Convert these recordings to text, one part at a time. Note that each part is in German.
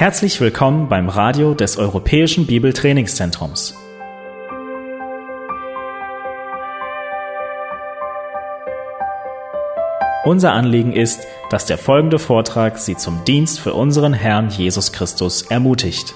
Herzlich willkommen beim Radio des Europäischen Bibeltrainingszentrums. Unser Anliegen ist, dass der folgende Vortrag Sie zum Dienst für unseren Herrn Jesus Christus ermutigt.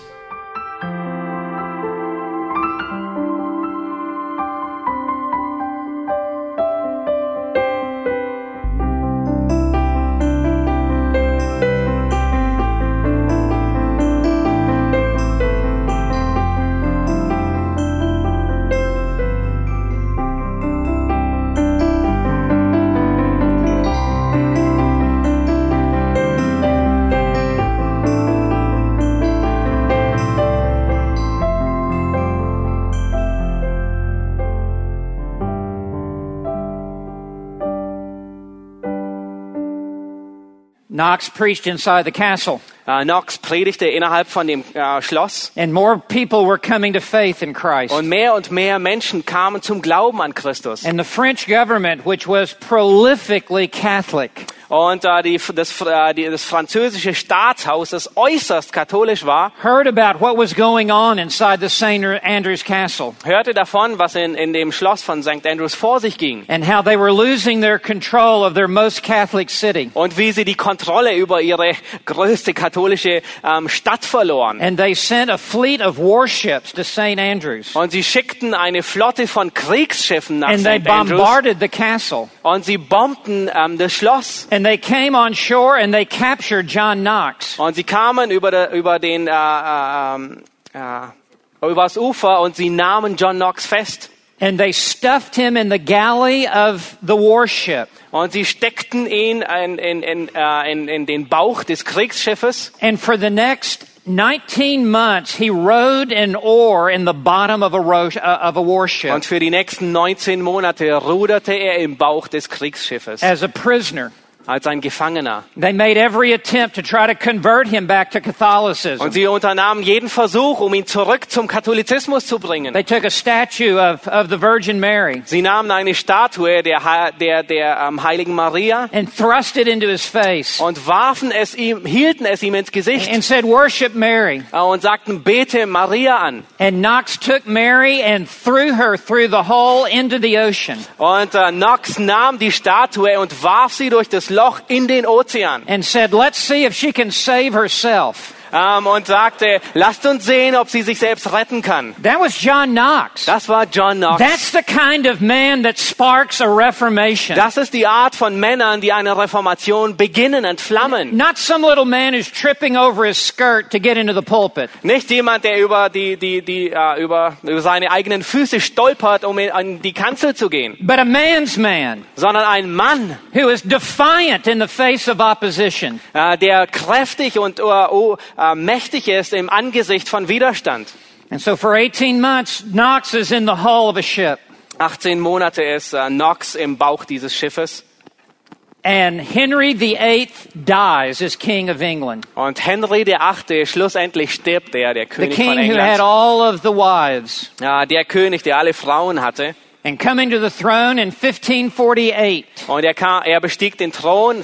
Knox preached inside the castle. Knox predigte innerhalb von dem Schloss. And more people were coming to faith in Christ. Und mehr Menschen kamen zum Glauben an Christus. And the French government, which was prolifically Catholic, Und das französische Staatshaus, das äußerst katholisch war, heard about what was going on inside the St. Andrews Castle. hörte davon, was in dem Schloss von St. Andrews vor sich ging. And how they were losing their control of their most Catholic city. Und wie sie die Kontrolle über ihre größte katholische Stadt verloren. And they sent a fleet of warships to St. Andrews. Und sie schickten eine Flotte von Kriegsschiffen nach And they St. Andrews. bombarded the castle. Und sie bombten das Schloss. And they came on shore and they captured John Knox. Und sie kamen übers Ufer und sie nahmen John Knox fest. And they stuffed him in the galley of the warship. Und sie steckten ihn in den Bauch des Kriegsschiffes. And for the next 19 months, he rode an oar in the bottom of a warship Und für die nächsten 19 Monate ruderte er im Bauch des Kriegsschiffes as a prisoner. als ein Gefangener. They made every attempt to try to convert him back to Catholicism. Und sie unternahmen jeden Versuch, um ihn zurück zum Katholizismus zu bringen. They took a statue of the Virgin Mary Sie nahmen eine Statue der Heiligen Maria and thrust it into his face und hielten es ihm ins Gesicht and said, "Worship Mary." und sagten, bete Maria an. And Knox took Mary and threw her through the hole into the ocean Und Knox nahm die Statue und warf sie durch das Loch in den Ozean and said, "Let's see if she can save herself." und sagte, lasst uns sehen, ob sie sich selbst retten kann. That was John Knox. Das war John Knox. That's the kind of man that sparks a reformation. Das ist die Art von Männern, die eine Reformation beginnen, entflammen. Not some little man who's tripping over his skirt to get into the pulpit. Nicht jemand, der über seine eigenen Füße stolpert, um an die Kanzel zu gehen, But a man's man sondern ein Mann, who is defiant in the face of opposition. der kräftig und mächtig ist im Angesicht von Widerstand. And so for 18 months, Knox is in the hull of a ship. 18 Monate ist Knox im Bauch dieses Schiffes. And Henry VIII dies as King of England. Und Henry VIII, schlussendlich stirbt der The König von king who had England. all of the wives. Der König, der alle Frauen hatte. And coming to the throne in 1548 Und er bestieg den Thron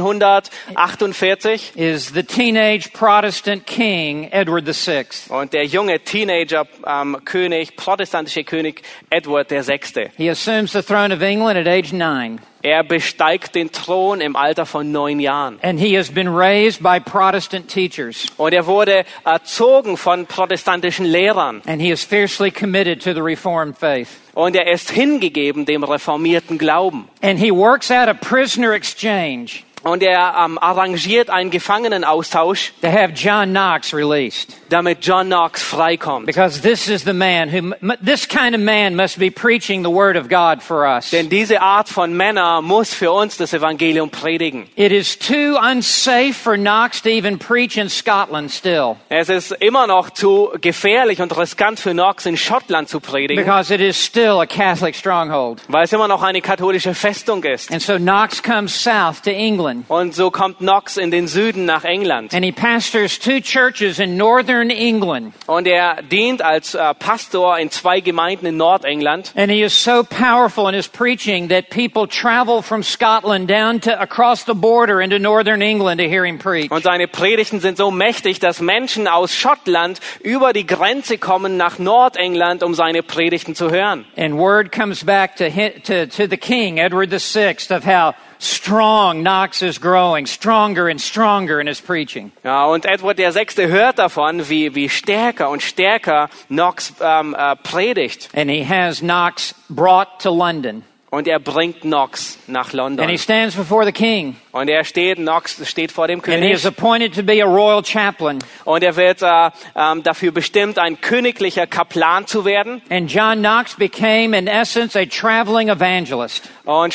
1548. is the teenage Protestant king, Edward VI. Und der junge protestantische König Edward VI. He assumes the throne of England at age 9. Er besteigt den Thron im Alter von 9 Jahren. And he has been raised by Protestant teachers. Und er wurde erzogen von protestantischen Lehrern. And he is fiercely committed to the Reformed faith. Und er ist hingegeben dem reformierten Glauben. And he works out a prisoner exchange Und er arrangiert einen Gefangenenaustausch, to have John Knox released. damit John Knox freikommt. Because this is the man this kind of man must be preaching the word of God for us. Denn diese Art von Männer muss für uns das Evangelium predigen. It is too unsafe for Knox to even preach in Scotland still. Es ist immer noch zu gefährlich und riskant für Knox in Schottland zu predigen, Because it is still a Catholic stronghold. weil es immer noch eine katholische Festung ist. And so Knox comes south to England England. Und so kommt Knox in den Süden nach England. And he pastors 2 churches in northern England. Und er dient als Pastor in 2 Gemeinden in Nordengland. And he is so powerful in his preaching that people travel from Scotland down to across the border into northern England to hear him preach. Und seine Predigten sind so mächtig, dass Menschen aus Schottland über die Grenze kommen nach Nordengland, um seine Predigten zu hören. And word comes back to the king, Edward VI, of how strong Knox is growing, stronger and stronger in his preaching. Ja, und Edward VI. Hört davon, wie stärker und stärker Knox predigt. And he has Knox brought to London. Und er bringt Knox nach London. And he stands before the king. Und Knox steht vor dem And he König. is appointed to be a royal chaplain. Und er wird dafür bestimmt, ein königlicher Kaplan zu werden. And John Knox became, in essence, a traveling evangelist. Und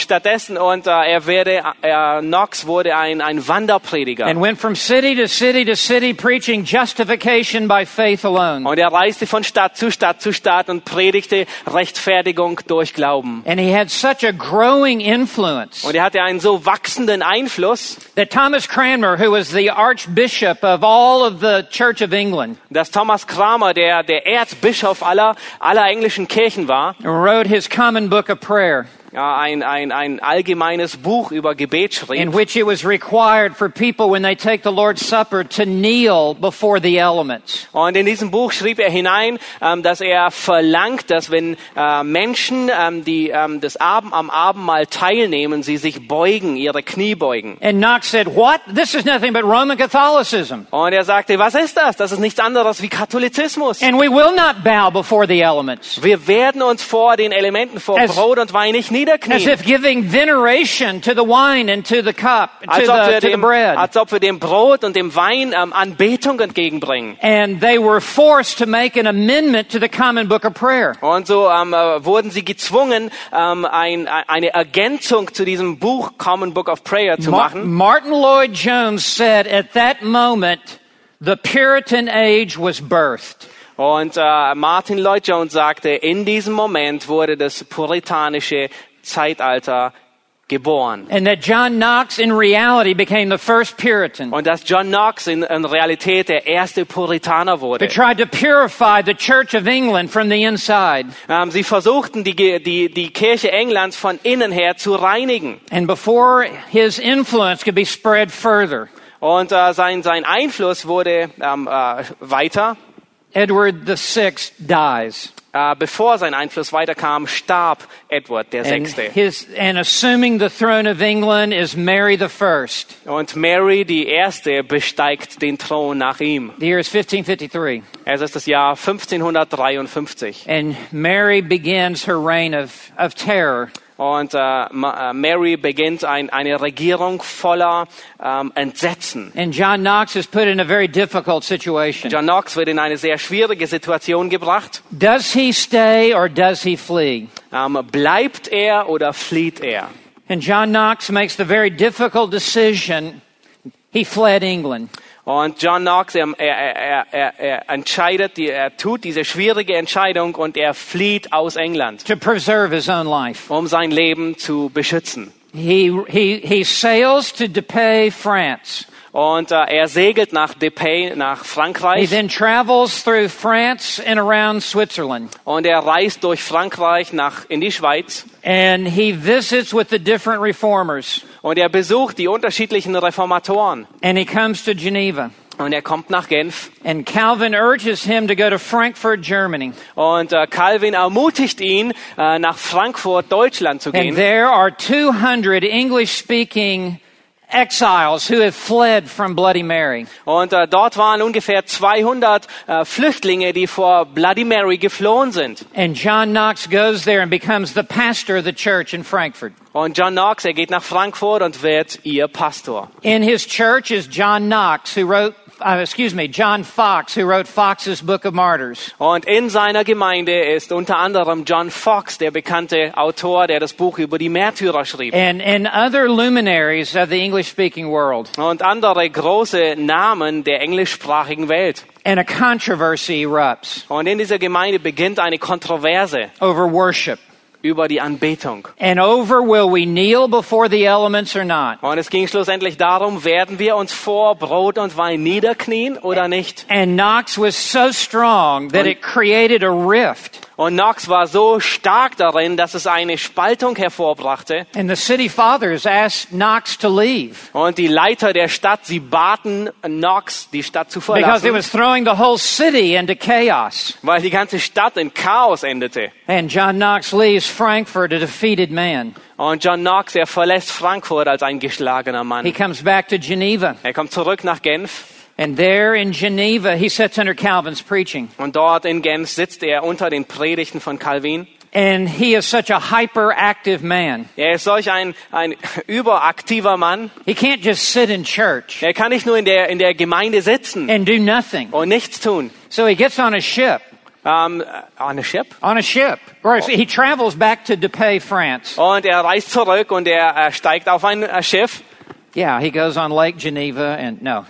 Knox wurde ein Wanderprediger. And went from city to city to city preaching justification by faith alone. Und er reiste von Stadt zu Stadt zu Stadt und predigte Rechtfertigung durch Glauben. And he had such a growing influence Und er hatte einen so wachsenden Einfluss, that Thomas Cranmer, who was the Archbishop of all of the Church of England, dass Thomas Cranmer, der Erzbischof aller englischen Kirchen war, wrote his Common Book of Prayer. ja, ein allgemeines Buch über Gebet schrieb, In which it was required for people when they take the Lord's Supper to kneel before the elements. Und in diesem Buch schrieb er hinein, dass er verlangt, dass wenn Menschen, die am Abendmahl teilnehmen, sie sich beugen, ihre Knie beugen. And Knox said, "What? This is nothing but Roman Catholicism. Und er sagte, was ist das? Das ist nichts anderes wie Katholizismus. And we will not bow before the elements." Wir werden uns vor den Elementen, vor As- Brot und Wein nicht As niederknien. if giving veneration to the wine and to the cup, Als to the bread. ob wir dem Brot und dem Wein Anbetung entgegenbringen. And they were forced to make an amendment to the Common Book of Prayer. Und so wurden sie gezwungen, eine Ergänzung zu diesem Buch Common Book of Prayer zu machen. Martin Lloyd-Jones said at that moment, the Puritan age was birthed. Und Martin Lloyd-Jones sagte, in diesem Moment wurde das puritanische Zeitalter geboren. And that John Knox in reality became the first Puritan. Und dass John Knox in Realität der erste Puritaner Who wurde. tried to purify the Church of England from the inside. Sie versuchten, die Kirche Englands von innen her zu reinigen. And before his influence could be spread further, Und sein Einfluss wurde weiter. Edward VI dies. Bevor sein Einfluss weiterkam, starb Edward der Sechste. And assuming the throne of England is Mary I. Und Mary die Erste besteigt den Thron nach ihm. The year is 1553. Es ist das Jahr 1553. And Mary begins her reign of terror. Und Mary beginnt eine Regierung voller Entsetzen. And John Knox is put in a very difficult situation. John Knox wird in eine sehr schwierige Situation gebracht. Does he stay or does he flee? Bleibt er oder flieht er? And John Knox makes the very difficult decision. He fled England. Und John Knox, er tut diese schwierige Entscheidung und er flieht aus England, To preserve his own life. um sein Leben zu beschützen. He sails to Dieppe, France. Und er segelt nach Dieppe, nach He Frankreich. then travels through France and around Switzerland. Und er reist durch Frankreich in die Schweiz. And he visits with the different reformers. Und er besucht die unterschiedlichen Reformatoren. And he comes to Geneva. Und er kommt nach Genf. And Calvin urges him to go to Frankfurt, Germany. Und Calvin ermutigt ihn, nach Frankfurt, Deutschland zu And gehen. there are 200 English-speaking exiles who have fled from Bloody Mary. Und dort waren ungefähr 200 Flüchtlinge, die vor Bloody Mary geflohen sind. And John Knox goes there and becomes the pastor of the church in Frankfurt. Und John Knox, er geht nach Frankfurt und wird ihr Pastor. In his church is John Knox, John Fox, who wrote Fox's Book of Martyrs. Und in seiner Gemeinde ist unter anderem John Fox, der bekannte Autor, der das Buch über die Märtyrer schrieb. And other luminaries of the English-speaking world. Und andere große Namen der englischsprachigen Welt. And a controversy erupts Und in dieser Gemeinde beginnt eine Kontroverse over worship. über die Anbetung. And over will we kneel before the elements or not. Und es ging schlussendlich darum, werden wir uns vor Brot und Wein niederknien oder nicht? And Knox was so strong that it created a rift. Und Knox war so stark darin, dass es eine Spaltung hervorbrachte. And the city fathers asked Knox to leave Und die Leiter der Stadt, sie baten Knox, die Stadt zu because it verlassen, was throwing the whole city into chaos. weil die ganze Stadt in Chaos endete. And John Knox leaves Frankfurt a defeated man. Und John Knox, er verlässt Frankfurt als ein geschlagener He Mann. comes back to Geneva. Er kommt zurück nach Genf. And there in Geneva, he sits under Calvin's preaching. Und dort in Genf sitzt er unter den Predigten von Calvin. And he is such a hyperactive man. Er ist solch ein überaktiver Mann. He can't just sit in church Er kann nicht nur in der Gemeinde sitzen and do nothing. und nichts tun. So he gets on a ship. On a ship. Or he travels back to Depay, France. Und er reist zurück und er steigt auf ein Schiff. Yeah, he goes on Lake Geneva and no.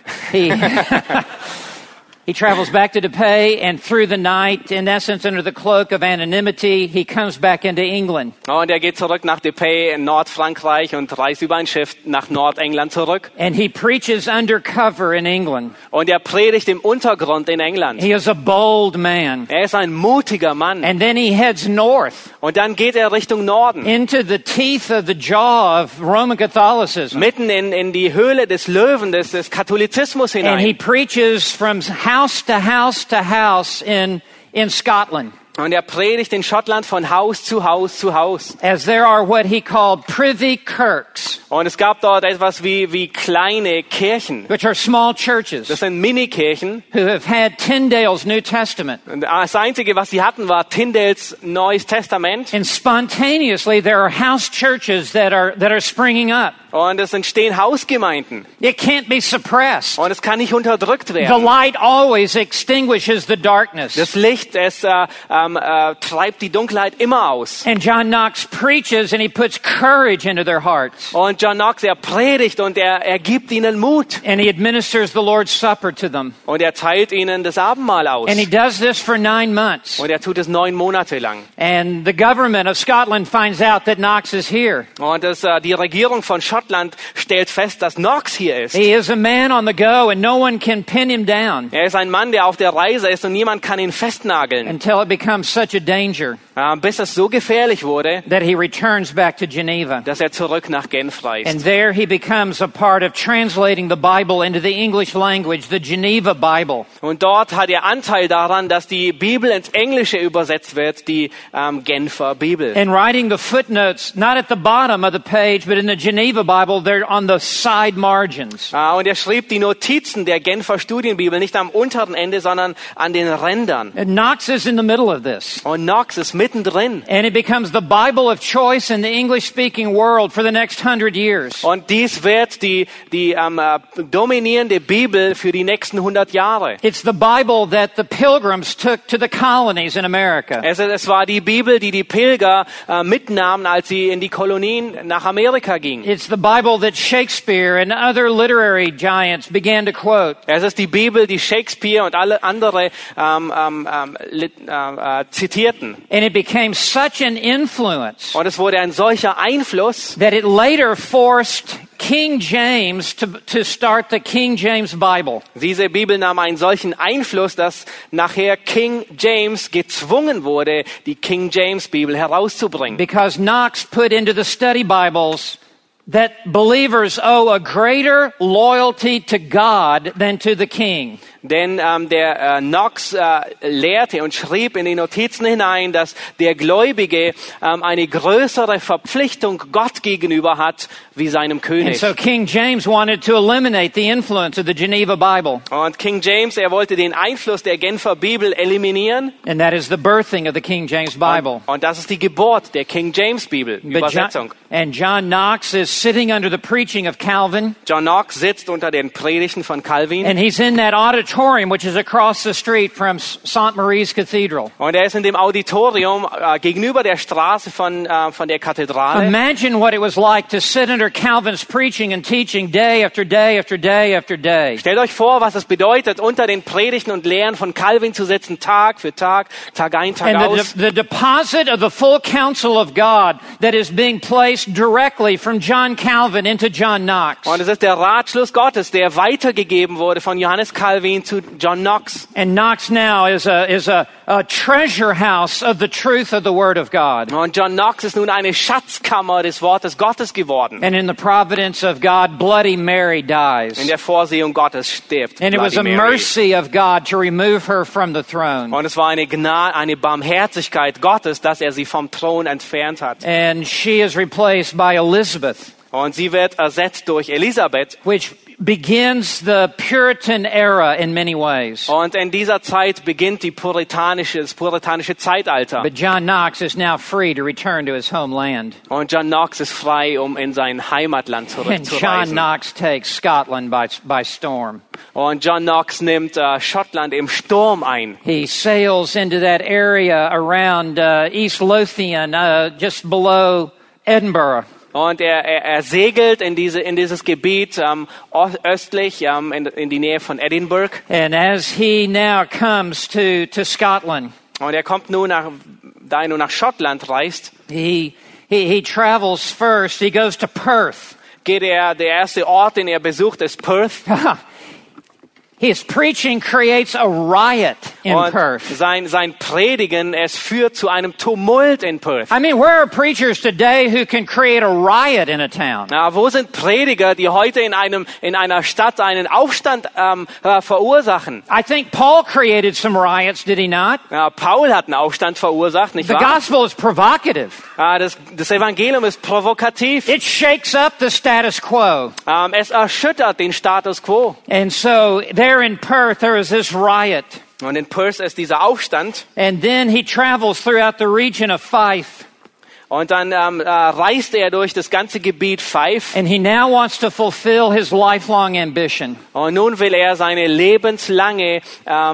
He travels back to Depay and through the night, in essence, under the cloak of anonymity, he comes back into England. Und er geht zurück nach Depay in Nordfrankreich und reist über ein Schiff nach Nordengland zurück. And he preaches undercover in England. Und er predigt im Untergrund in England. He is a bold man. Er ist ein mutiger Mann. And then he heads north Und dann geht er Richtung Norden. into the teeth of the jaw of Roman Catholicism. Mitten in die Höhle des Löwen, des Katholizismus And he hinein. preaches from house to house to house in Scotland. Und er predigt in Schottland von Haus zu Haus zu Haus. As there are what he called privy kirks, Und es gab dort etwas wie kleine Kirchen. which are small churches Das sind Mini-Kirchen. who have had Tyndale's New Testament. Und das Einzige, was sie hatten, war Tyndales Neues Testament. And spontaneously there are house churches that are springing up. Und es entstehen Hausgemeinden. It can't be suppressed. Und es kann nicht unterdrückt The werden. light always extinguishes the darkness. Das Licht, es treibt die Dunkelheit immer aus. And John Knox preaches and he puts courage into their hearts. Und John Knox, er predigt und er gibt ihnen Mut. And he administers the Lord's Supper to them. Und er teilt ihnen das Abendmahl aus. And he does this for 9 months. Und er tut es 9 Monate lang. And the government of Scotland finds out that Knox is here. Und die Regierung von Schottland stellt fest, dass Knox hier ist. He is a man on the go and no one can pin him down Er ist ein Mann, der auf der Reise ist und niemand kann ihn festnageln. until it becomes such a danger Bis es so gefährlich wurde, that he returns back to Geneva. dass er zurück nach Genf And reist. there he becomes a part of translating the Bible into the English language, the Geneva Bible. Und dort hat er Anteil daran, dass die Bibel ins Englische übersetzt wird, die Genfer Bibel. And writing the footnotes, not at the bottom of the page, but in the Geneva Bible, they're on the side margins. Und er schrieb die Notizen der Genfer Studienbibel nicht am unteren Ende, sondern an den Rändern. And Knox is in the middle of this. Und Knox ist mittendrin. And it becomes the Bible of choice in the English-speaking world for the next 100 years. Und dies wird die dominierende Bibel für die nächsten 100 Jahre. It's the Bible that the Pilgrims took to the colonies in America. Es war die Bibel, die die Pilger mitnahmen, als sie in die Kolonien nach Amerika gingen. It's the Bible that Shakespeare and other literary giants began to quote. Es ist die Bibel, die Shakespeare und alle andere zitierten. And it became such an influence Und es wurde ein solcher Einfluss, that it later forced King James to start the King James Bible. diese Bibel nahm einen solchen Einfluss, dass nachher King James gezwungen wurde, die King James Bibel herauszubringen. Because Knox put into the study Bibles that believers owe a greater loyalty to God than to the king. Denn der Knox lehrte und schrieb in die Notizen hinein, dass der Gläubige eine größere Verpflichtung Gott gegenüber hat wie seinem And König. so King James wanted to eliminate the influence of the Geneva Bible. Und King James, er wollte den Einfluss der Genfer Bibel eliminieren. And that is the birthing of the King James Bible. Und das ist die Geburt der King James Bibel, Übersetzung. John Knox is sitting under the preaching of Calvin. John Knox sitzt unter den Predigten von Calvin. And he's in that auditorium auditorium, which is across the street from St. Marie's Cathedral. Und er ist in dem Auditorium gegenüber der Straße von der Kathedrale. Imagine what it was like to sit under Calvin's preaching and teaching day after day after day after day. Stellt euch vor, was es bedeutet, unter den Predigten und Lehren von Calvin zu sitzen, Tag für Tag, Tag ein, Tag And aus. the deposit of the full counsel of God that is being placed directly from John Calvin into John Knox. Und es ist der Ratschluss Gottes, der weitergegeben wurde von Johannes Calvin zu John Knox. And Knox now is a treasure house of the truth of the Word of God. Und John Knox ist nun eine Schatzkammer des Wortes Gottes geworden. And in the providence of God, Bloody Mary dies. In der Vorsehung Gottes stirbt And it was a Bloody Mary. mercy of God to remove her from the throne. Und es war eine Gnade, eine Barmherzigkeit Gottes, dass er sie vom Thron entfernt hat. And she is replaced by Elizabeth, Und sie wird ersetzt durch Elisabeth. which begins the Puritan era in many ways. Und in dieser Zeit beginnt das puritanische Zeitalter. But John Knox is now free to return to his homeland. Und John Knox ist frei, um in sein Heimatland And John zurückzureisen. Knox takes Scotland by storm. Und John Knox nimmt Schottland im Sturm ein. He sails into that area around East Lothian, just below Edinburgh. Und er segelt in dieses Gebiet östlich in die Nähe von Edinburgh. And as he now comes to Scotland, Und er kommt nun da er nun nach Schottland reist, he travels first. He goes to Perth. der erste Ort, den er besucht, ist Perth. His preaching creates a riot in Und Perth. sein Predigen, es führt zu einem Tumult in Perth. I mean, where are preachers today who can create a riot in a town? Na, wo sind Prediger, die heute in einer Stadt einen Aufstand verursachen? I think Paul created some riots, did he not? Ja, Paul hat einen Aufstand verursacht, nicht The wahr? gospel is provocative. Das Evangelium ist provokativ. It shakes up the status quo. Es erschüttert den Status quo. And so there in Perth, there is this riot. Und in Perth ist dieser Aufstand. And then he travels throughout the region of Fife. Und dann reist er durch das ganze Gebiet Fife. And he now wants to fulfill his lifelong ambition. Und nun will er seine lebenslange,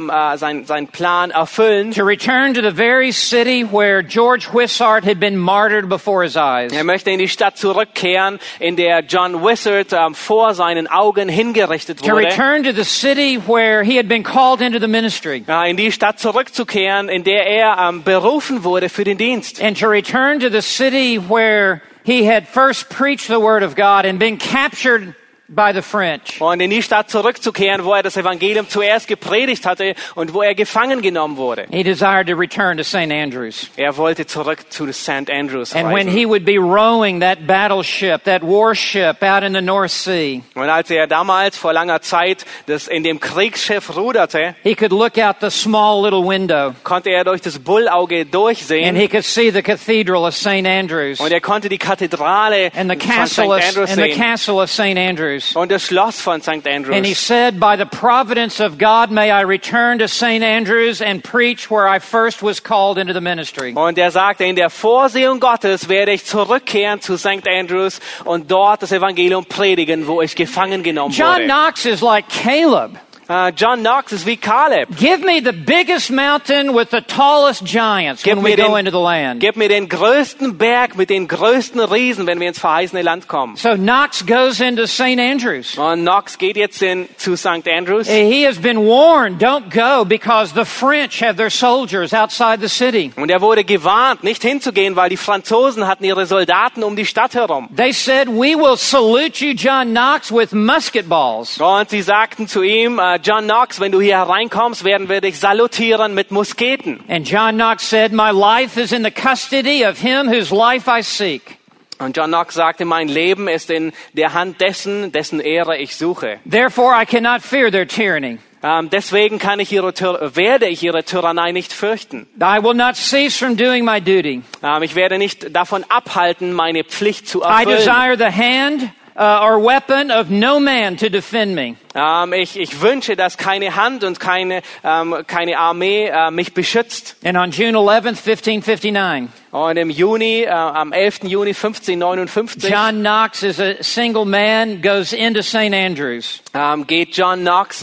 sein Plan erfüllen. To return to the very city where George Wishart had been martyred before his eyes. Er möchte in die Stadt zurückkehren, in der John Wishart vor seinen Augen hingerichtet To wurde. return to the city where he had been called into the ministry. In die Stadt zurückzukehren, in der er berufen wurde für den Dienst. And to return to the city where he had first preached the word of God and been captured by the French. Und in die Stadt zurückzukehren, wo er das Evangelium zuerst gepredigt hatte und wo er gefangen genommen wurde. He desired to return to St. Andrews. Er wollte zurück zu St. Andrews And when reisen. he would be rowing that battleship, that warship out in the North Sea, Und als er damals vor langer Zeit in dem Kriegsschiff ruderte, he could look out the small little window konnte er durch das Bullauge and durchsehen he could see the cathedral of St. Andrews und er konnte die Kathedrale and the von castle St. of, Andrews and the sehen castle of St. Andrews. und das Schloss von St. And he Andrews. said, by the providence of God, may I return to St. Andrews and preach where I first was called into the ministry. Und er sagte, in der Vorsehung Gottes werde ich zurückkehren zu St. Andrews und dort das Evangelium predigen, wo ich gefangen genommen John wurde. Knox is like Caleb. John Knox ist wie Kaleb. Give me the biggest mountain with the tallest giants when we go into the land. Gib mir den größten Berg mit den größten Riesen, wenn wir ins verheißene Land kommen. So Knox goes into St. Andrews. Und Knox geht jetzt zu St. Andrews. He has been warned, don't go because the French have their soldiers outside the city. Und er wurde gewarnt, nicht hinzugehen, weil die Franzosen hatten ihre Soldaten um die Stadt herum. They said, we will salute you, John Knox, with musket balls. Und sie sagten zu ihm, John Knox, wenn du hier hereinkommst, werden wir dich salutieren mit Musketen. And John Knox said, my life is in the custody of him whose life I seek. Und John Knox sagte, mein Leben ist in der Hand dessen Ehre ich suche. Therefore I cannot fear their tyranny. Deswegen werde ich ihre Tyrannei nicht fürchten. I will not cease from doing my duty. Ich werde nicht davon abhalten, meine Pflicht zu I erfüllen. desire the hand or weapon of no man to defend me. Ich wünsche, dass keine Hand und keine Armee mich beschützt. And on June 11th, 1559, Und im Juni, am 11. Juni 1559, John Knox, as a single man, goes into St. Andrews. geht John Knox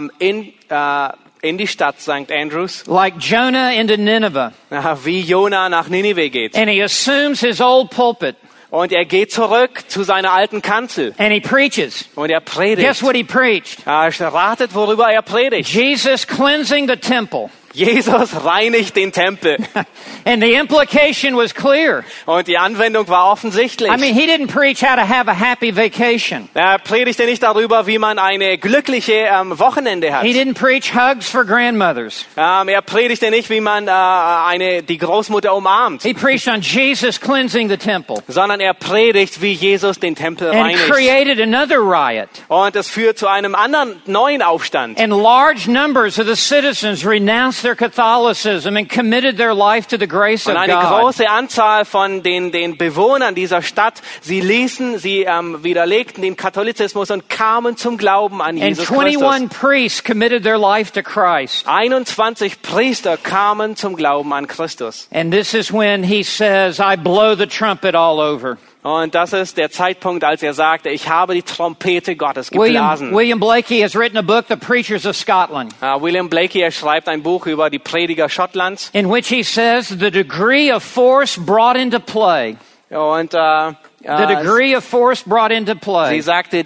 in die Stadt St. Andrews, Like Jonah into Nineveh. wie Jona nach Ninive geht. And he assumes his old pulpit. Und er geht zurück zu seiner alten Kanzel. And he preaches. Und er predigt. Guess what he preached? Ratet, worüber er predigt. Jesus cleansing the temple. Jesus reinigt den Tempel. And the implication was clear. Und die Anwendung war offensichtlich. I mean, he didn't preach how to have a happy vacation. Er predigte nicht darüber, wie man eine glückliche Wochenende hat. He didn't preach hugs for grandmothers. Er predigte nicht, wie man die Großmutter umarmt. He preached on Jesus cleansing the temple. Sondern er predigt, wie Jesus den Tempel And reinigt. created another riot. Und das führt zu einem anderen neuen Aufstand. And large numbers of the citizens renounced their Catholicism and committed their life to the grace of Und eine God. große Anzahl von den Bewohnern dieser Stadt, sie widerlegten den Katholizismus und kamen zum Glauben an And Jesus 21 Christus. priests committed their life to Christ. 21 Priester kamen zum Glauben an Christus. And this is when he says, I blow the trumpet all over. Und das ist der Zeitpunkt, als er sagte, ich habe die Trompete Gottes geblasen. William Blakey has written a book, The Preachers of Scotland, William Blakey, er schreibt ein Buch über die Prediger Schottlands. in which he says the degree of force brought into play. Und The degree of force brought into sie play sagte,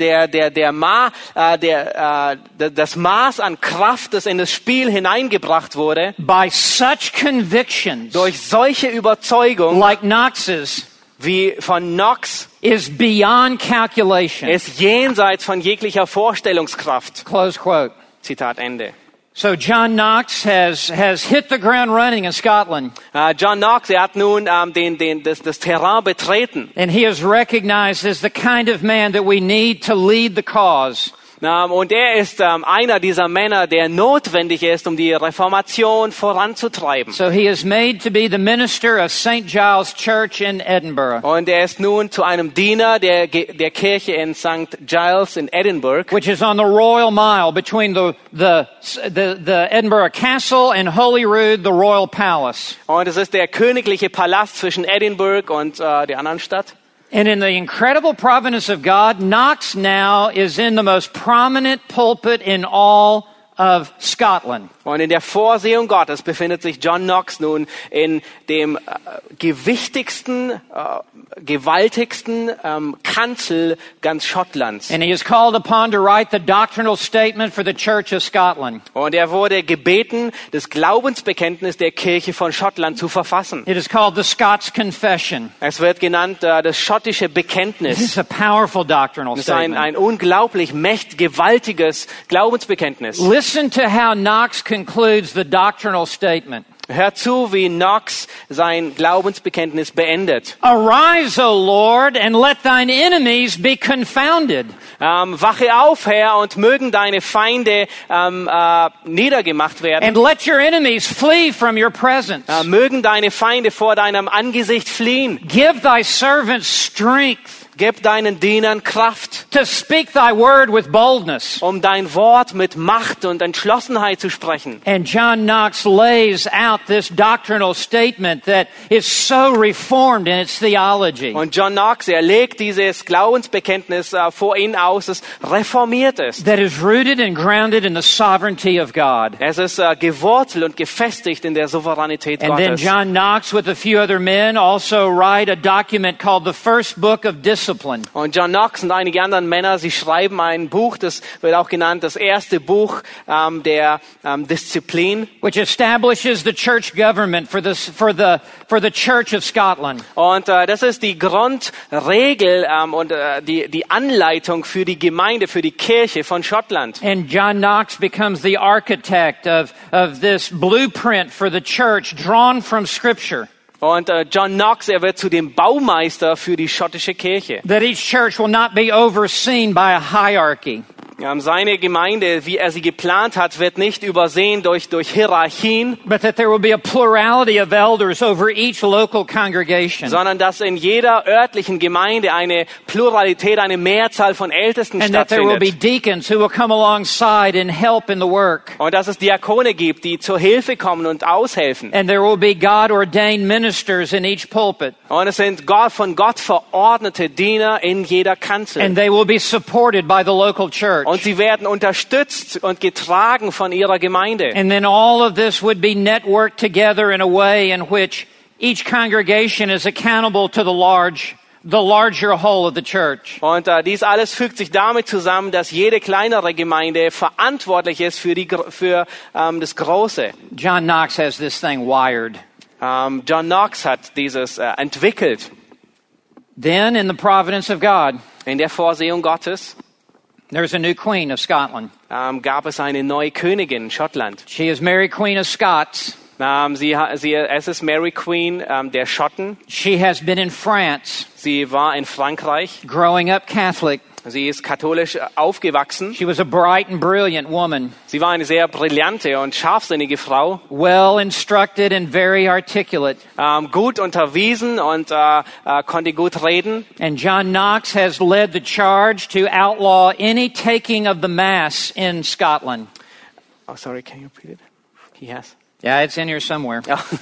das Maß an Kraft, das in das Spiel hineingebracht wurde, by such convictions durch solche Überzeugung, like Knox's wie von Knox, is beyond calculation. ist jenseits von jeglicher Vorstellungskraft. Close quote. Zitat Ende. So John Knox has hit the ground running in Scotland, John Knox, er hat nun das Terrain betreten. and he is recognized as the kind of man that we need to lead the cause. Und er ist einer dieser Männer, der notwendig ist, um die Reformation voranzutreiben. So he is made to be the minister of St. Giles Church in Edinburgh, Und er ist nun zu einem Diener der Kirche in St. Giles in Edinburgh, which is on the Royal Mile between the Edinburgh Castle and Holyrood, the Royal Palace. und es ist der königliche Palast zwischen Edinburgh und der anderen Stadt. And in the incredible providence of God, Knox now is in the most prominent pulpit in all of Scotland. Und in der Vorsehung Gottes befindet sich John Knox nun in dem gewichtigsten, gewaltigsten Kanzel ganz Schottlands. And he is called upon to write the doctrinal statement for the Church of Scotland. Und er wurde gebeten, das Glaubensbekenntnis der Kirche von Schottland zu verfassen. It is called the Scots Confession. Es wird genannt das schottische This Bekenntnis. is a powerful doctrinal Das ist ein statement. unglaublich gewaltiges Glaubensbekenntnis. Listen to how Knox concludes the doctrinal statement. Hört zu, wie Knox sein Glaubensbekenntnis beendet. Arise, O Lord, and let thine enemies be confounded. Wache auf, Herr, und mögen deine Feinde niedergemacht werden. And let your enemies flee from your presence. Mögen deine Feinde vor deinem Angesicht fliehen. Give thy servants strength Gib deinen Dienern Kraft, to speak thy word with boldness. um dein Wort mit Macht und Entschlossenheit zu sprechen. And John Knox lays out this doctrinal statement that is so reformed in its theology. Und John Knox, er legt dieses Glaubensbekenntnis vor ihnen aus, das reformiert ist. That is rooted and grounded in the sovereignty of God. Es ist gewurzelt und gefestigt in der Souveränität And then Gottes. John Knox with a few other men also write a document called the First Book of Discipline. Und John Knox und einige anderen Männer, sie schreiben ein Buch, das wird auch genannt das erste Buch der Disziplin. Which establishes the church government for the Church of Scotland. Und das ist die Grundregel und die Anleitung für die Gemeinde, für die Kirche von Schottland. And John Knox becomes the architect of this blueprint for the church drawn from Scripture. Und John Knox, er wird zu dem Baumeister für die schottische Kirche. That each church will not be overseen by a hierarchy. Seine Gemeinde, wie er sie geplant hat, wird nicht übersehen durch Hierarchien, but that there will be a plurality of elders over each local congregation. sondern dass in jeder örtlichen Gemeinde eine Pluralität, eine Mehrzahl von Ältesten And that there will be stattfindet. deacons who will come alongside and help in the work. Und dass es Diakone gibt, die zur Hilfe kommen und aushelfen. And there will be God-ordained ministers in each pulpit. Und es sind von Gott verordnete Diener in jeder Kanzel. And they will be supported by the local church. Und sie werden unterstützt und getragen von ihrer Gemeinde. And then all of this would be networked together in a way in which each congregation is accountable to the larger whole of the church. Und dies alles fügt sich damit zusammen, dass jede kleinere Gemeinde verantwortlich ist für das Große. John Knox has this thing wired. John Knox hat dieses entwickelt Then, in the providence of God, in der Vorsehung Gottes. there's a new queen of Scotland. Gab es eine neue Königin in Schottland. She is Mary Queen of Scots. Es ist Mary Queen der Schotten. She has been in France, Sie war in Frankreich. growing up Catholic. Sie ist katholisch aufgewachsen. She was a bright and brilliant woman, Sie war eine sehr brillante und scharfsinnige Frau. well instructed and very articulate. Gut unterwiesen und konnte gut reden. And John Knox has led the charge to outlaw any taking of the Mass in Scotland. Oh, sorry, can you repeat it? He has. Yeah, it's in here somewhere.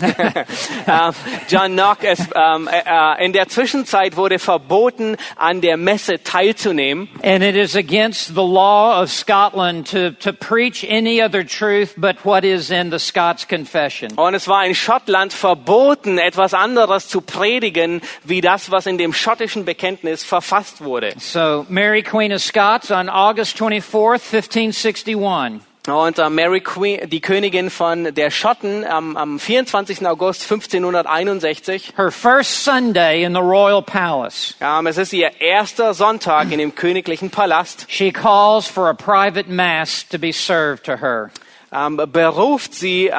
John Knox, in der Zwischenzeit wurde verboten, an der Messe teilzunehmen. And it is against the law of Scotland to preach any other truth but what is in the Scots Confession. Und es war in Schottland verboten, etwas anderes zu predigen, wie das, was in dem schottischen Bekenntnis verfasst wurde. So, Mary Queen of Scots on August 24th, 1561. Und Mary Queen, die Königin von der Schotten, am 24. August 1561. Her first Sunday in the royal palace. Es ist ihr erster Sonntag in dem königlichen Palast. She calls for a private mass to be served to her. Ruft sie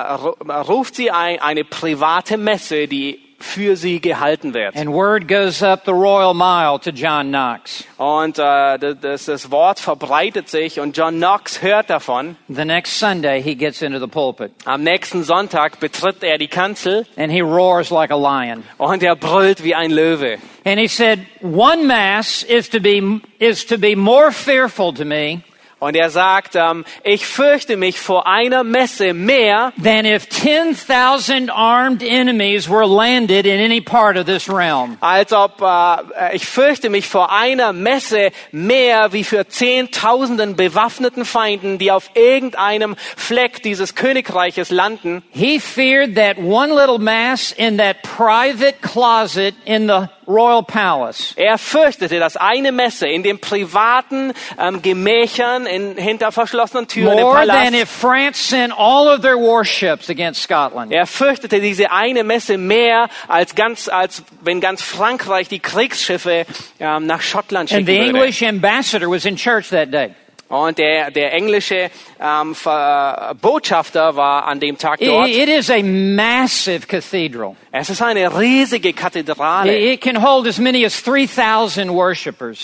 eine private Messe, die für sie gehalten wird. And word goes up the royal mile to John Knox. Und das Wort verbreitet sich und John Knox hört davon. The next Sunday he gets into the pulpit Am nächsten Sonntag betritt er die Kanzel and he roars like a lion. und er brüllt wie ein Löwe. And he said, one mass is to be more fearful to me Und er sagt, ich fürchte mich vor einer Messe mehr, than if 10,000 armed enemies were landed in any part of this realm. als ob ich fürchte mich vor einer Messe mehr wie für 10.000 bewaffneten Feinden, die auf irgendeinem Fleck dieses Königreiches landen. He feared that one little mass in that private closet in the royal palace Er fürchtete, dass eine Messe in den privaten Gemächern hinter verschlossenen Türen im more than if Palast. France sent all of their warships against Scotland. Er fürchtete diese eine Messe mehr als wenn ganz Frankreich die Kriegsschiffe nach Schottland And schicken the würde. English ambassador was in church that day. Und der englische Botschafter war an dem Tag dort. It is a massive cathedral. Es ist eine riesige Kathedrale. It can hold as many as 3,000 worshipers.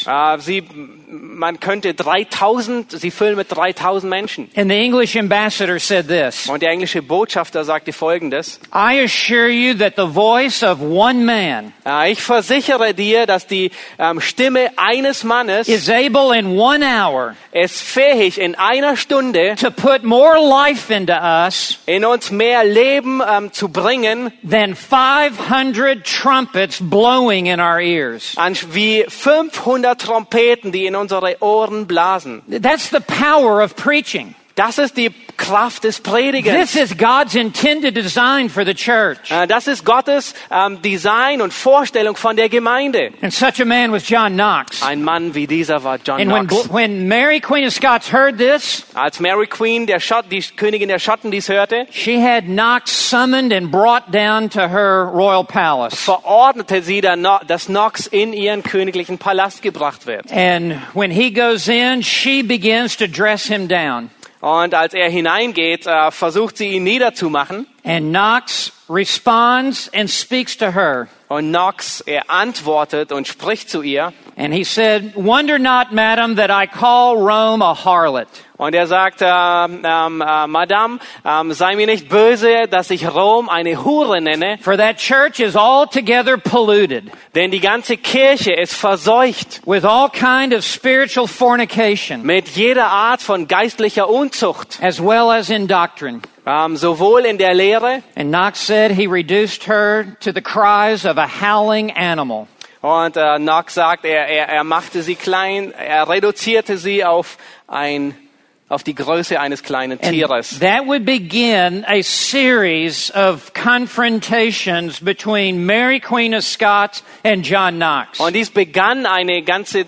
Man könnte sie füllen mit 3.000 Menschen. And the English ambassador said this, Und der englische Botschafter sagte Folgendes. I assure you that the voice of one man Ich versichere dir, dass die Stimme eines Mannes is able in 1 hour ist fähig, in einer Stunde to put more life into us in uns mehr Leben zu bringen, than 500 trumpets blowing in our ears. wie 500 Trompeten, die in unsere Ohren blasen. That's the power of preaching. Das ist die Kraft des Predigens. This is God's intended design for the church. Das ist Gottes Design und Vorstellung von der Gemeinde. And such a man was John Knox. Ein Mann wie dieser war John And Knox. when Mary Queen of Scots heard this, Als Mary Queen, die Königin der Schotten, dies hörte, she had Knox summoned and brought down to her royal palace. verordnete sie, dass Knox in ihren königlichen Palast gebracht wird. And when he goes in, she begins to dress him down. Und als er hineingeht, versucht sie ihn niederzumachen. And Knox responds and speaks to her. Und Knox, er antwortet und spricht zu ihr. And he said, "Wonder not, madam, that I call Rome a harlot." Und er sagt, Madame, sei mir nicht böse, dass ich Rom eine Hure nenne, For that church is altogether polluted denn die ganze Kirche ist verseucht with all kind of spiritual fornication, mit jeder Art von geistlicher Unzucht, as well as in doctrine. sowohl in der Lehre. And Knox said he reduced her to the cries of a howling animal. Und Knox sagt, er machte sie klein, er reduzierte sie auf die Größe eines kleinen And Tieres. that would begin a series of confrontations between Mary Queen of Scots and John Knox. Und dies begann eine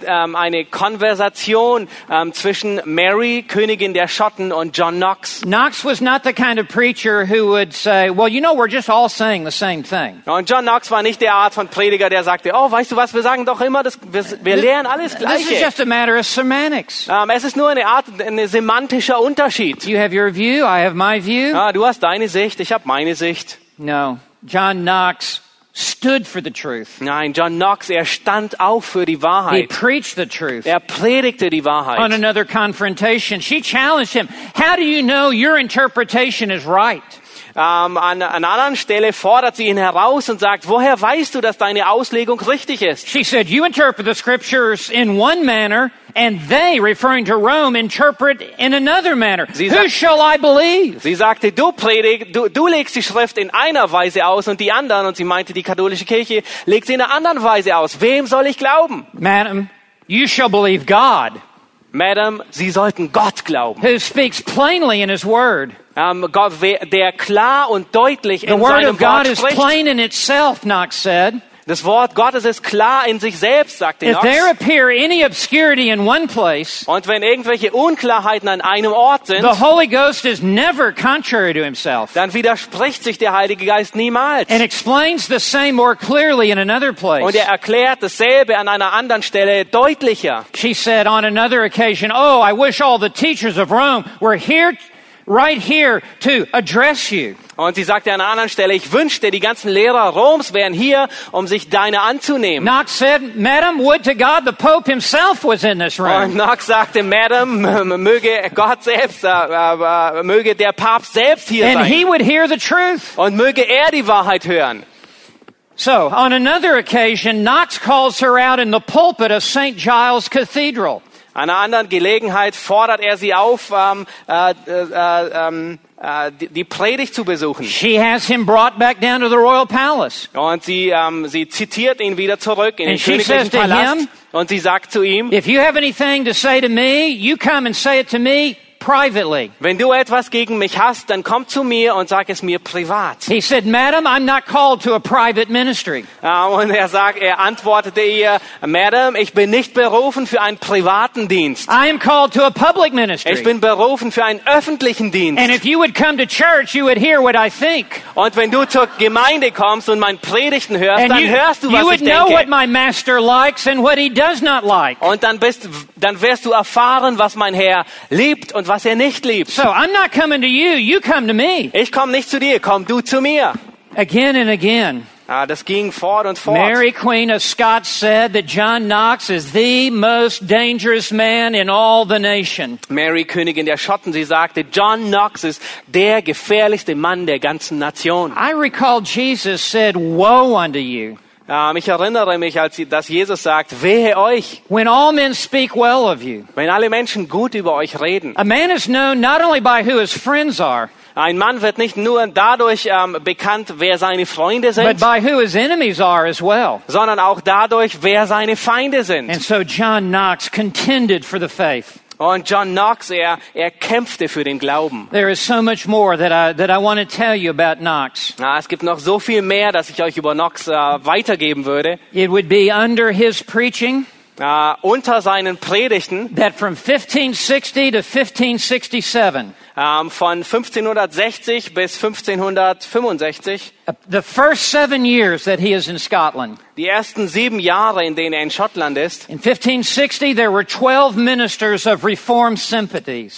Konversation zwischen Mary, Königin der Schotten, und John Knox. Knox was not the kind of preacher who would say, well, you know, we're just all saying the same thing. Und John Knox war nicht der Art von Prediger, der sagte, oh, weißt du was, wir sagen doch immer, wir lehren alles This is Gleiche. just a matter of semantics. Es ist nur eine semantischer Unterschied. You have your view, I have my view. Du hast deine Sicht, ich habe meine Sicht. No, John Knox stood for the truth. Nein, John Knox, er stand auf für die He Wahrheit. preached the truth. Er predigte die On Wahrheit. another confrontation, she challenged him. How do you know your interpretation is right? An einer anderen Stelle fordert sie ihn heraus und sagt, woher weißt du, dass deine Auslegung richtig ist? She said, you interpret the scriptures in one manner, and they, referring to Rome, interpret in another manner. Sie Who sagt- shall I believe? Sie sagte, du legst die Schrift in einer Weise aus und die anderen, und sie meinte, die katholische Kirche legt sie in einer anderen Weise aus. Wem soll ich glauben? Madam, you shall believe God, Madam, Sie sollten Gott glauben. who speaks plainly in his word. Gott, der klar und deutlich The in word seinem of God Wort is spricht. plain in itself, Knox said. Das Wort Gottes ist klar in sich selbst, sagte If Knox. there appear any obscurity in one place, Und wenn irgendwelche Unklarheiten an einem Ort sind, the Holy Ghost is never contrary to himself dann widerspricht sich der Heilige Geist niemals. and explains the same more clearly in another Und place. er erklärt dasselbe an einer anderen Stelle deutlicher. She said on another occasion, oh, I wish all the teachers of Rome were here, right here to address you. Und sie sagte an einer anderen Stelle, ich wünschte, die ganzen Lehrer Roms wären hier, um sich deine anzunehmen. Knox said, Madam, would to God the Pope himself was in this Und room. Knox sagte, Madam, möge Gott selbst, möge der Papst selbst hier And sein. he would hear the truth. Und möge er die Wahrheit hören. So, on another occasion, Knox calls her out in the pulpit of St. Giles Cathedral. An einer anderen Gelegenheit fordert er sie auf, die Predigt zu besuchen. She has him brought back down to the royal palace. Und sie zitiert ihn wieder zurück in den And she königlichen says to Palast. him, Und sie sagt zu ihm, If you have anything to say to me, you come and say it to me privately. wenn du etwas gegen mich hast, dann komm zu mir und sag es mir privat. He said, Madam, I'm not called to a private ministry. Und er antwortete ihr, Madam, ich bin nicht berufen für einen privaten Dienst. I am called to a public Ich ministry. bin berufen für einen öffentlichen Dienst. And if you would come to church, you would hear what I think. Und wenn du zur Gemeinde kommst und mein Predigten hörst, And dann you hörst du, would was ich know what denke. my master likes and what he does not like. Und dann wirst du erfahren, was mein Herr liebt und was er nicht liebt. So I'm not coming to you, you come to me. Ich komme nicht zu dir, komm du zu mir. Again and again. Das ging fort und fort. Mary Queen of Scots said that John Knox is the most dangerous man in all the nation. Mary, Königin der Schotten, sie sagte, John Knox ist der gefährlichste Mann der ganzen Nation. I recall Jesus said, woe unto you. Ich erinnere mich, dass Jesus sagt, wehe euch, When all men speak well of you. wenn alle Menschen gut über euch reden. A man is known not only by who his friends are, Ein Mann wird nicht nur dadurch bekannt, wer seine Freunde but sind, by who his enemies are as well. sondern auch dadurch, wer seine Feinde sind. And so John Knox contended for the faith. Und John Knox, er kämpfte für den Glauben. There is so much more that I want to tell you about Knox. Es gibt noch so viel mehr, dass ich euch über Knox weitergeben würde. It would be under his preaching unter seinen Predigten that from 1560 to 1567, von 1560 bis 1565, the first 7 years that he is in Scotland. die ersten 7 Jahre, in denen er in Schottland ist. In 1560, there were 12 ministers of Reformed sympathies.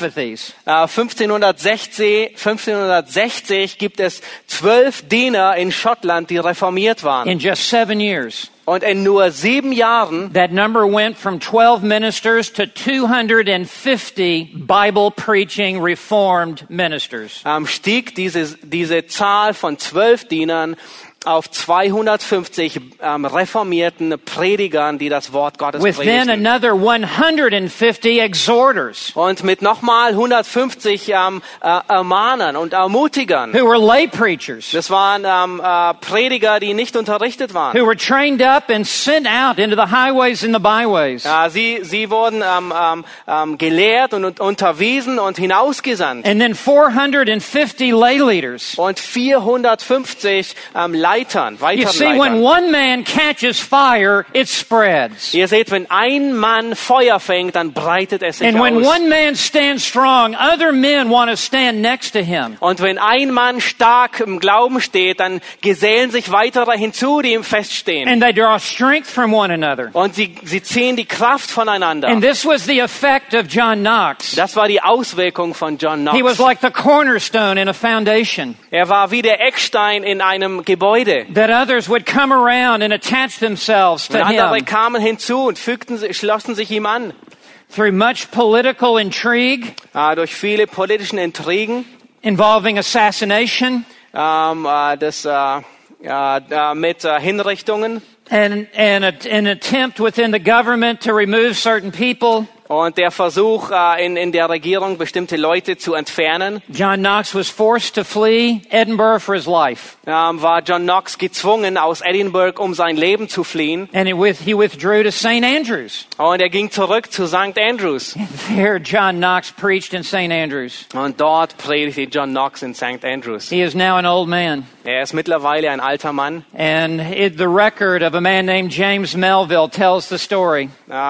1560 gibt es 12 Diener in Schottland, die reformiert waren. In just 7 years. Und in nur 7 Jahren That number went from 12 ministers to 250 Bible-preaching Reformed ministers. stieg diese Zahl von 12 Dienern auf 250 reformierten Predigern, die das Wort Gottes With then predigten. another 150 exhorters Und mit nochmal 150 Ermahnern und Ermutigern. who were lay preachers, Das waren Prediger, die nicht unterrichtet waren. who were trained up and sent out into the highways and the byways. Sie wurden gelehrt und unterwiesen und hinausgesandt. And then 450 lay leaders. Und 450 Leitern, You see, weiteren when Leitern. one man catches fire, it spreads. Ihr seht, wenn ein Mann Feuer fängt, dann breitet es sich And when aus. one man stands strong, other men want to stand next to him. Und wenn ein Mann stark im Glauben steht, dann gesellen sich weitere hinzu, die ihm feststehen. And they draw strength from one another. Und sie ziehen die Kraft voneinander. And this was the effect of John Knox. Das war die Auswirkung von John He was Knox. like the cornerstone in a foundation Er war wie der Eckstein in einem Gebäude. that others would come around and attach themselves Und to andere him. kamen hinzu und schlossen sich ihm an. Through much political intrigue Durch viele politischen Intrigen, involving assassination mit Hinrichtungen. and an attempt within the government to remove certain people. Und der Versuch, in der Regierung bestimmte Leute zu entfernen, John Knox was forced to flee Edinburgh for his life. war John Knox gezwungen, aus Edinburgh um sein Leben zu fliehen. And he withdrew to St. Andrews. Und er ging zurück zu St. Andrews. There John Knox preached in St. Andrews. Und dort predigte John Knox in St. Andrews. He is now an old man. Er ist mittlerweile ein alter Mann. And the record of a man named James Melville tells the story.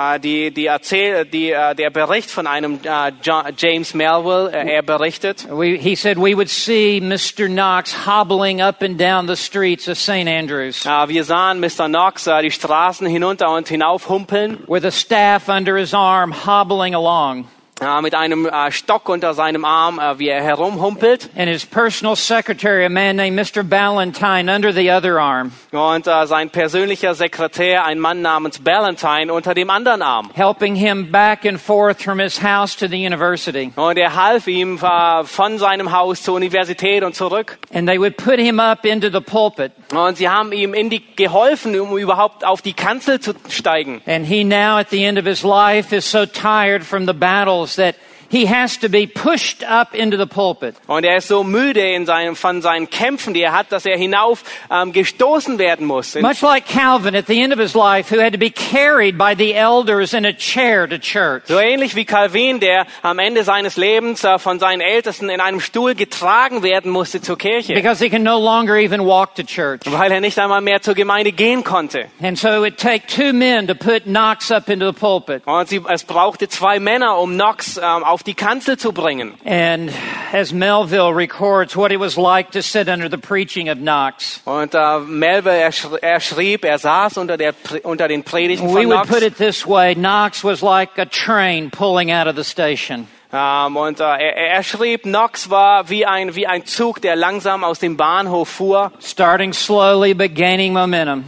Der Bericht von einem James Melville, er berichtet. He said we would see Mr. Knox hobbling up and down the streets of St. Andrews Wir sahen Mr. Knox die Straßen hinunter und hinauf humpeln, with a staff under his arm, hobbling along. mit einem Stock unter seinem Arm, wie er herumhumpelt. And his personal secretary, a man named Mr. Ballantyne, under the other arm, Und sein persönlicher Sekretär, ein Mann namens Ballantyne, unter dem anderen Arm. helping him back and forth from his house to the university. Und er half ihm von seinem Haus zur Universität und zurück. And they would put him up into the pulpit. Und sie haben ihm geholfen, um überhaupt auf die Kanzel zu steigen. And he now, at the end of his life, is so tired from the battles that he has to be pushed up into the pulpit. Und er ist so müde von seinen Kämpfen, die er hat, dass er hinauf gestoßen werden muss. Much like Calvin at the end of his life, who had to be carried by the elders in a chair to church. So ähnlich wie Calvin, der am Ende seines Lebens von seinen Ältesten in einem Stuhl getragen werden musste zur Kirche, Because he can no longer even walk to church. weil er nicht einmal mehr zur Gemeinde gehen konnte. And so it take 2 men to put Knox up into the pulpit. Und es brauchte 2 Männer, um Knox auf die Kanzel zu bringen. And as Melville records what it was like to sit under the preaching of Knox, Und Melville, er schrieb, er saß unter den Predigten we von would put Knox. it this way: Knox was like a train pulling out of the station. Und er schrieb, Knox war wie ein Zug, der langsam aus dem Bahnhof fuhr. Starting slowly but gaining momentum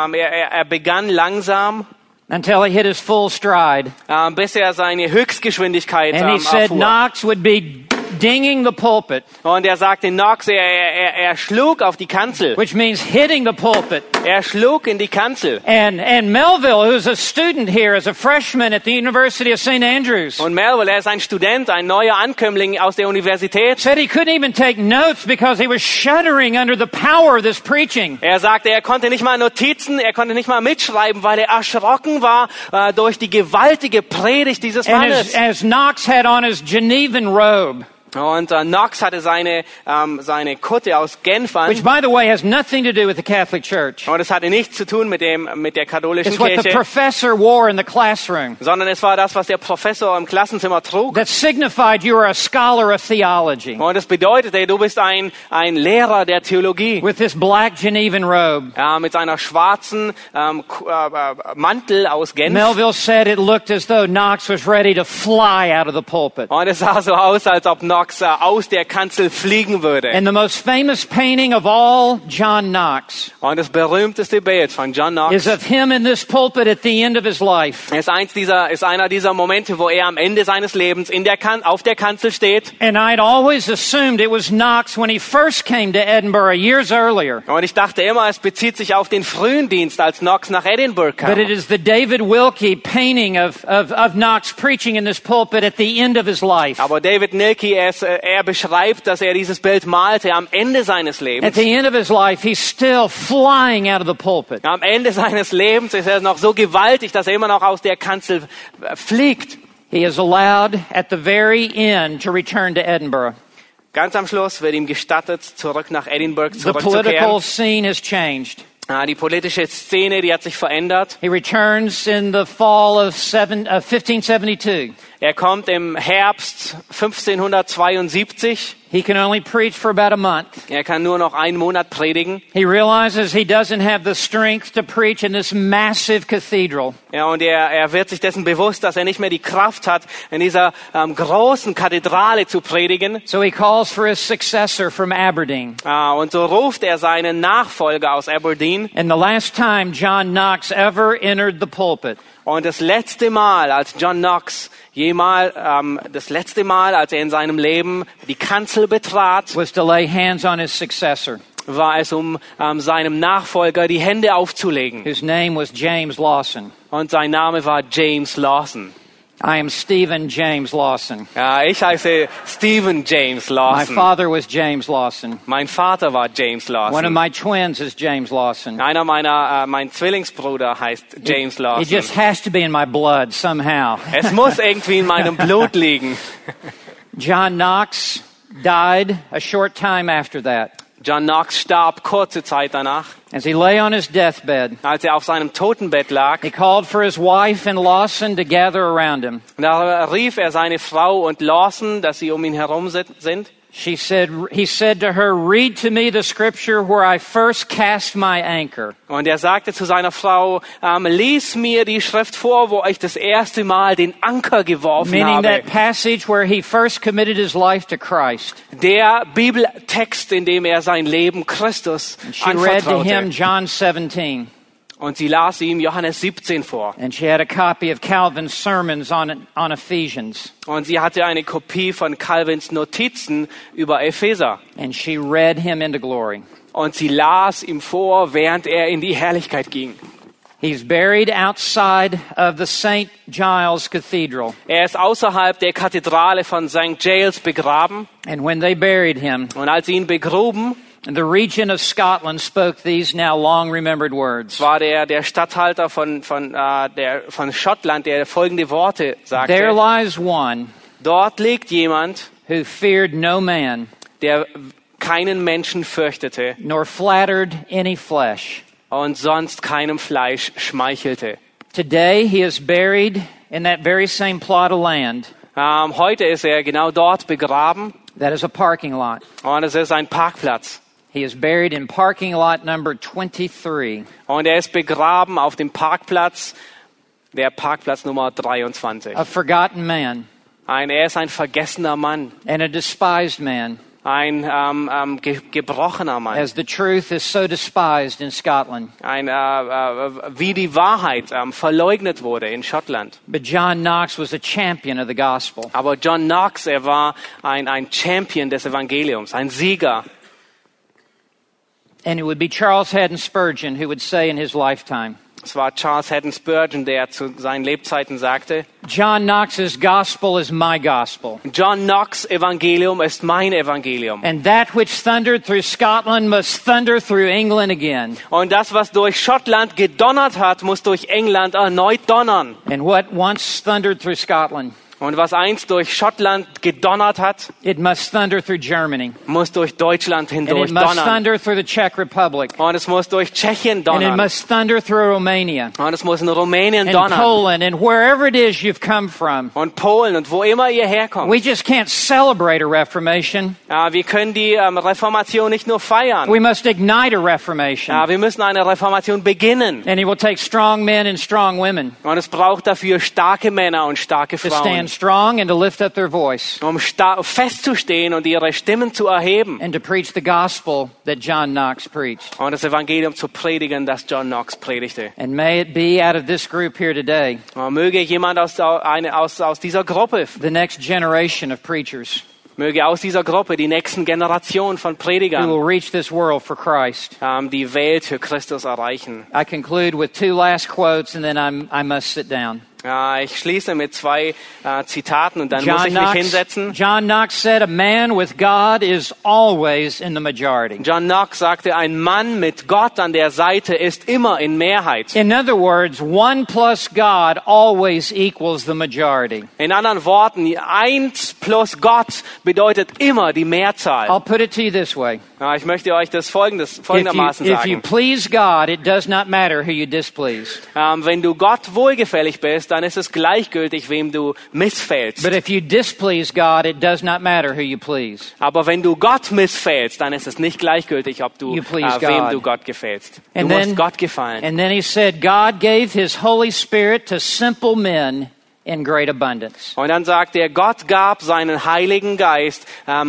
Er begann langsam, until he hit his full stride. bis er seine Höchstgeschwindigkeit And he said erfuhr. Knox would be dinging the pulpit, Und er sagte, Knox, er schlug auf die Kanzel. which means hitting the pulpit. Er schlug in die Kanzel. And Melville, who's a student here as a freshman at the University of St. Andrews, Und Melville, er ist ein Student, ein neuer Ankömmling aus der Universität. said he couldn't even take notes because he was shuddering under the power of this preaching. Er sagte, er konnte nicht mal Notizen, er konnte nicht mal mitschreiben, weil er erschrocken war durch die gewaltige Predigt dieses And Mannes. as Knox had on his Genevan robe, Und Knox hatte seine Kutte aus Genf an. which, by the way, has nothing to do with the Catholic Church. Und es hatte nichts zu tun mit der katholischen It's what the Kirche, professor wore in the classroom sondern es war das, was der Professor im Klassenzimmer trug. that signified you are a scholar of theology Und es bedeutete, du bist ein Lehrer der Theologie. with this black Genevan robe. Mit seiner schwarzen Mantel aus Genf. Melville said it looked as though Knox was ready to fly out of the pulpit. Und es sah so aus, als ob Knox aus der Kanzel fliegen würde. And the most famous painting of all John Knox Und das berühmteste Bild von John Knox is of him in this pulpit at the end of his life. ist einer dieser Momente, wo er am Ende seines Lebens auf der Kanzel steht. And I'd always assumed it was Knox when he first came to Edinburgh years earlier. Und ich dachte immer, es bezieht sich auf den frühen Dienst, als Knox nach Edinburgh kam. But it is the David Wilkie painting of Knox preaching in this pulpit at the end of his life. Aber David Wilkie, er beschreibt, dass er dieses Bild malte am Ende seines At Lebens. the end of his life, he's still flying out of the pulpit. Am Ende seines Lebens ist er noch so gewaltig, dass er immer noch aus der Kanzel fliegt. He is allowed at the very end to return to Edinburgh. Ganz am Schluss wird ihm gestattet, zurück nach Edinburgh The political zurückzukehren. scene has changed. Die politische Szene, die hat sich verändert. He returns in the fall of 1572. Er kommt im Herbst 1572. He can only preach for about a month. Er kann nur noch einen Monat predigen. He realizes he doesn't have the strength to preach in this massive cathedral. Ja, und er wird sich dessen bewusst, dass er nicht mehr die Kraft hat, in dieser großen Kathedrale zu predigen. So he calls for his successor from Aberdeen. Und so ruft er seinen Nachfolger aus Aberdeen. And the last time John Knox ever entered the pulpit Und das letzte Mal, als John Knox als er in seinem Leben die Kanzel betrat, was to lay hands on his successor, war es, um seinem Nachfolger die Hände aufzulegen. whose name was James Lawson. Und sein Name war James Lawson. I am Stephen James Lawson. Ja, ich heiße Stephen James My Lawson. father was James Lawson. Mein Vater war James One of Lawson. my twins is James Lawson. Mein Zwillingsbruder heißt James It Lawson. just has to be in my blood somehow. Es muss irgendwie in meinem Blut liegen. John Knox died a short time after that. John Knox starb kurze Zeit danach. As he lay on his deathbed, Als er auf seinem Totenbett lag, he called for his wife and Lawson to gather around him. da rief er seine Frau und Lawson, dass sie um ihn herum sind. He said to her, "Read to me the scripture where I first cast my anchor." Und er sagte zu seiner Frau, lies mir die Schrift vor, wo ich das erste Mal den Anker geworfen Meaning habe. that passage where he first committed his life to Christ. Der Bibeltext, in dem er sein Leben Christus She read to him anvertraute. John 17. Und sie las ihm Johannes 17 vor. And she had a copy of Calvin's sermons on Ephesians. Und sie hatte eine Kopie von Calvins Notizen über Epheser. And she read him into glory. Und sie las ihm vor, während er in die Herrlichkeit ging. He's buried outside of the St. Giles Cathedral. Er ist außerhalb der Kathedrale von St. Giles begraben. And when they buried him, Und als sie ihn begruben, the regent of Scotland spoke these now long remembered words. war der Statthalter von Schottland, der folgende Worte There sagte. lies one Dort liegt jemand, who feared no man, der keinen Menschen fürchtete nor flattered any flesh. und sonst keinem Fleisch schmeichelte. Today he is buried in that very same plot of land. Heute ist er genau dort begraben That is a parking lot. und es ist ein Parkplatz. He is buried in parking lot number 23. Und er ist begraben auf dem Parkplatz, der Parkplatz Nummer 23. A forgotten man Er ist ein vergessener Mann, and a despised man, ein gebrochener Mann, as the truth is so despised in Scotland. wie die Wahrheit verleugnet wurde in Schottland. But John Knox was a champion of the gospel. Aber John Knox, er war ein Champion des Evangeliums, ein Sieger. And it would be Charles Haddon Spurgeon who would say in his lifetime, Es war Charles Haddon Spurgeon, der zu seinen Lebzeiten sagte, John Knox's gospel is my gospel. John Knox Evangelium ist mein Evangelium. And that which thundered through Scotland must thunder through England again. Und das, was durch Schottland gedonnert hat, muss durch England erneut donnern. And what once thundered through Scotland Und was einst durch Schottland gedonnert hat, it must thunder through Germany. muss durch Deutschland And hindurch it must donnern. thunder through the Czech Republic. Und es muss durch Tschechien And it donnern. must thunder through Romania. Und es muss in Rumänien And donnern. Poland and wherever it is you've come from. Und Polen und wo immer ihr herkommt. We just can't celebrate a Reformation. Ja, wir können die Reformation nicht nur feiern. We must ignite a Reformation. Ja, wir müssen eine Reformation beginnen. And it will take strong men and strong women Und es braucht dafür starke Männer und starke to Frauen, stand strong and to lift up their voice um festzustehen und ihre Stimmen zu erheben and to preach the gospel that John Knox preached. und das Evangelium zu predigen, das John Knox predigte. And may it be out of this group here today, Und möge jemand aus dieser Gruppe, the next generation of preachers möge aus dieser Gruppe die nächsten Generationen von who will Predigern reach this world for Christ. die Welt für Christus erreichen. I conclude with two last quotes and then I must sit down. Ja, ich schließe mit zwei Zitaten und dann muss ich mich hinsetzen. John Knox said, a man with God is always in the majority. John Knox sagte, ein Mann mit Gott an der Seite ist immer in Mehrheit. In other words, one plus God always equals the majority. In anderen Worten, 1 plus Gott bedeutet immer die Mehrzahl. I'll put it to you this way. Ja, ich möchte euch das folgendermaßen If you sagen. please God, it does not matter who you displease. Wenn du Gott wohlgefällig bist, dann ist es gleichgültig, wem du missfällst. But if you displease God, it does not matter who you please. Aber wenn du Gott missfällst, dann ist es nicht gleichgültig, ob du You please wem God. du Gott gefällst. Du And musst then- Gott gefallen. And then he said, God gave his Holy Spirit to simple men in great abundance. Und dann sagt er, Gott gab seinen Heiligen Geist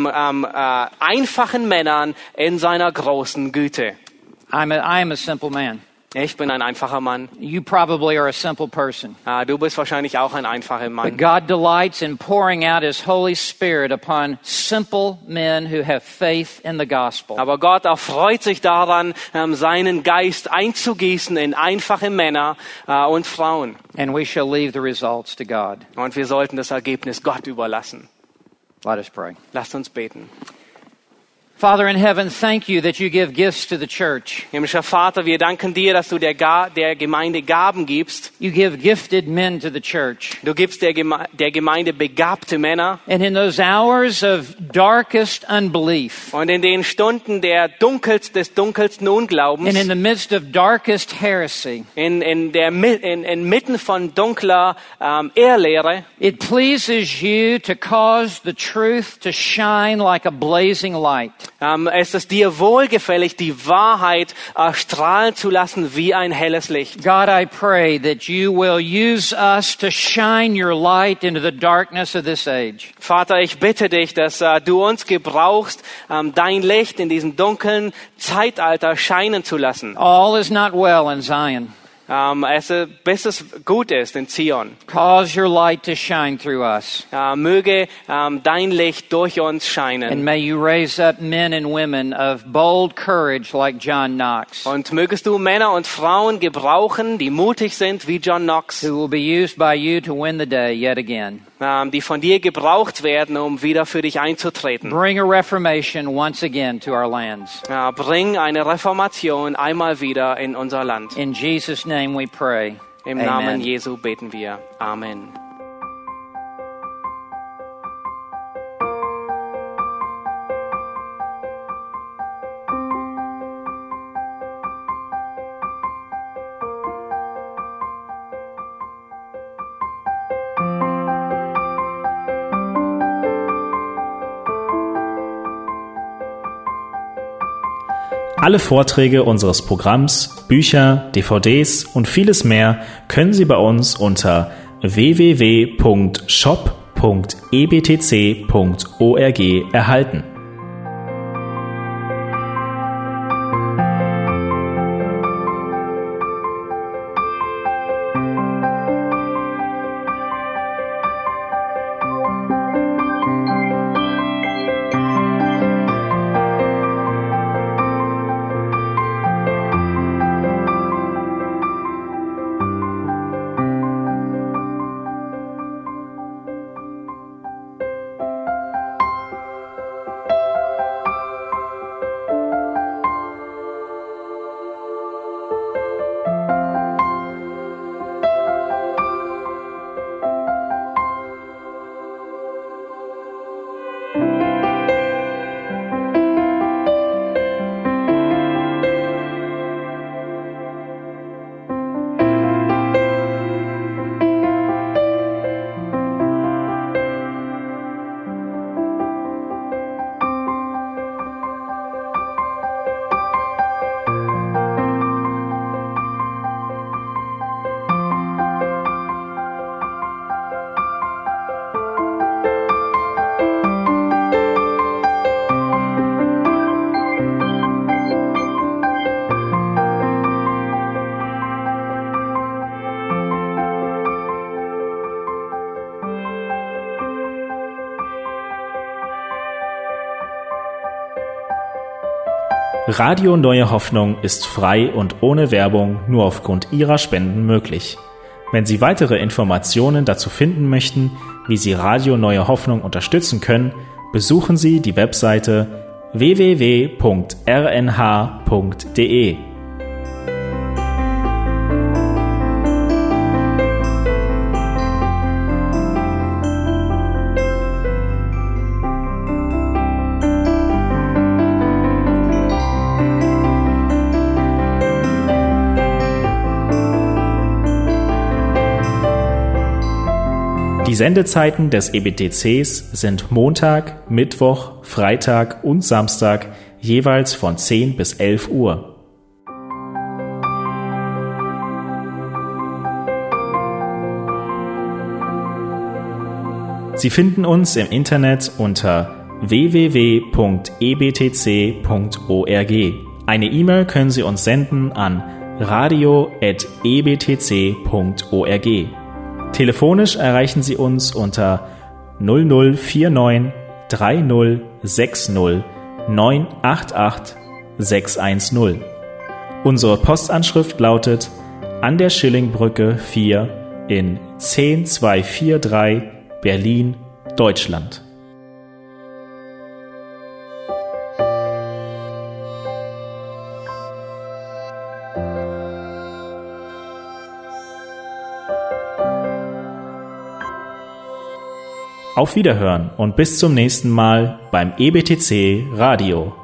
einfachen Männern in seiner großen Güte. I am a simple man. Ich bin ein einfacher Mann. You probably are a simple person. Du bist wahrscheinlich auch ein einfacher But Mann. God delights in pouring out his Holy Spirit upon simple men who have faith in the gospel. Aber Gott erfreut sich daran, seinen Geist einzugießen in einfache Männer und Frauen. And we shall leave the results to God. Und wir sollten das Ergebnis Gott überlassen. Let us pray. Lasst uns beten. Father in heaven, thank you that you give gifts to the church. Himmlischer Vater, wir danken dir, dass du der Gemeinde Gaben gibst. You give gifted men to the church. Du gibst der Gemeinde begabte Männer. And in those hours of darkest unbelief, Und in den Stunden des dunkelsten Unglaubens, and in the midst of darkest heresy, inmitten von dunkler Irrlehre, it pleases you to cause the truth to shine like a blazing light. es ist dir wohlgefällig, die Wahrheit strahlen zu lassen wie ein helles Licht. God, I pray that you will use us to shine your light into the darkness of this age. Vater, ich bitte dich, dass du uns gebrauchst, dein Licht in diesem dunklen Zeitalter scheinen zu lassen. All is not well in Zion. Bis es gut ist in Zion. Cause your light to shine through us. Möge dein Licht durch uns scheinen. And may you raise up men and women of bold courage like John Knox, Und mögest du Männer und Frauen gebrauchen, die mutig sind wie John Knox, who will be used by you to win the day yet again. die von dir gebraucht werden, um wieder für dich einzutreten. Bring a reformation once again to our lands. Bring eine Reformation einmal wieder in unser Land. In Jesus' name we pray. Im Amen. Namen Jesu beten wir. Amen. Alle Vorträge unseres Programms, Bücher, DVDs und vieles mehr können Sie bei uns unter www.shop.ebtc.org erhalten. Radio Neue Hoffnung ist frei und ohne Werbung nur aufgrund Ihrer Spenden möglich. Wenn Sie weitere Informationen dazu finden möchten, wie Sie Radio Neue Hoffnung unterstützen können, besuchen Sie die Webseite www.rnh.de. Die Sendezeiten des EBTCs sind Montag, Mittwoch, Freitag und Samstag jeweils von 10 bis 11 Uhr. Sie finden uns im Internet unter www.ebtc.org. Eine E-Mail können Sie uns senden an radio@ebtc.org. Telefonisch erreichen Sie uns unter 0049 3060 988 610. Unsere Postanschrift lautet an der Schillingbrücke 4 in 10243 Berlin, Deutschland. Auf Wiederhören und bis zum nächsten Mal beim EBTC Radio.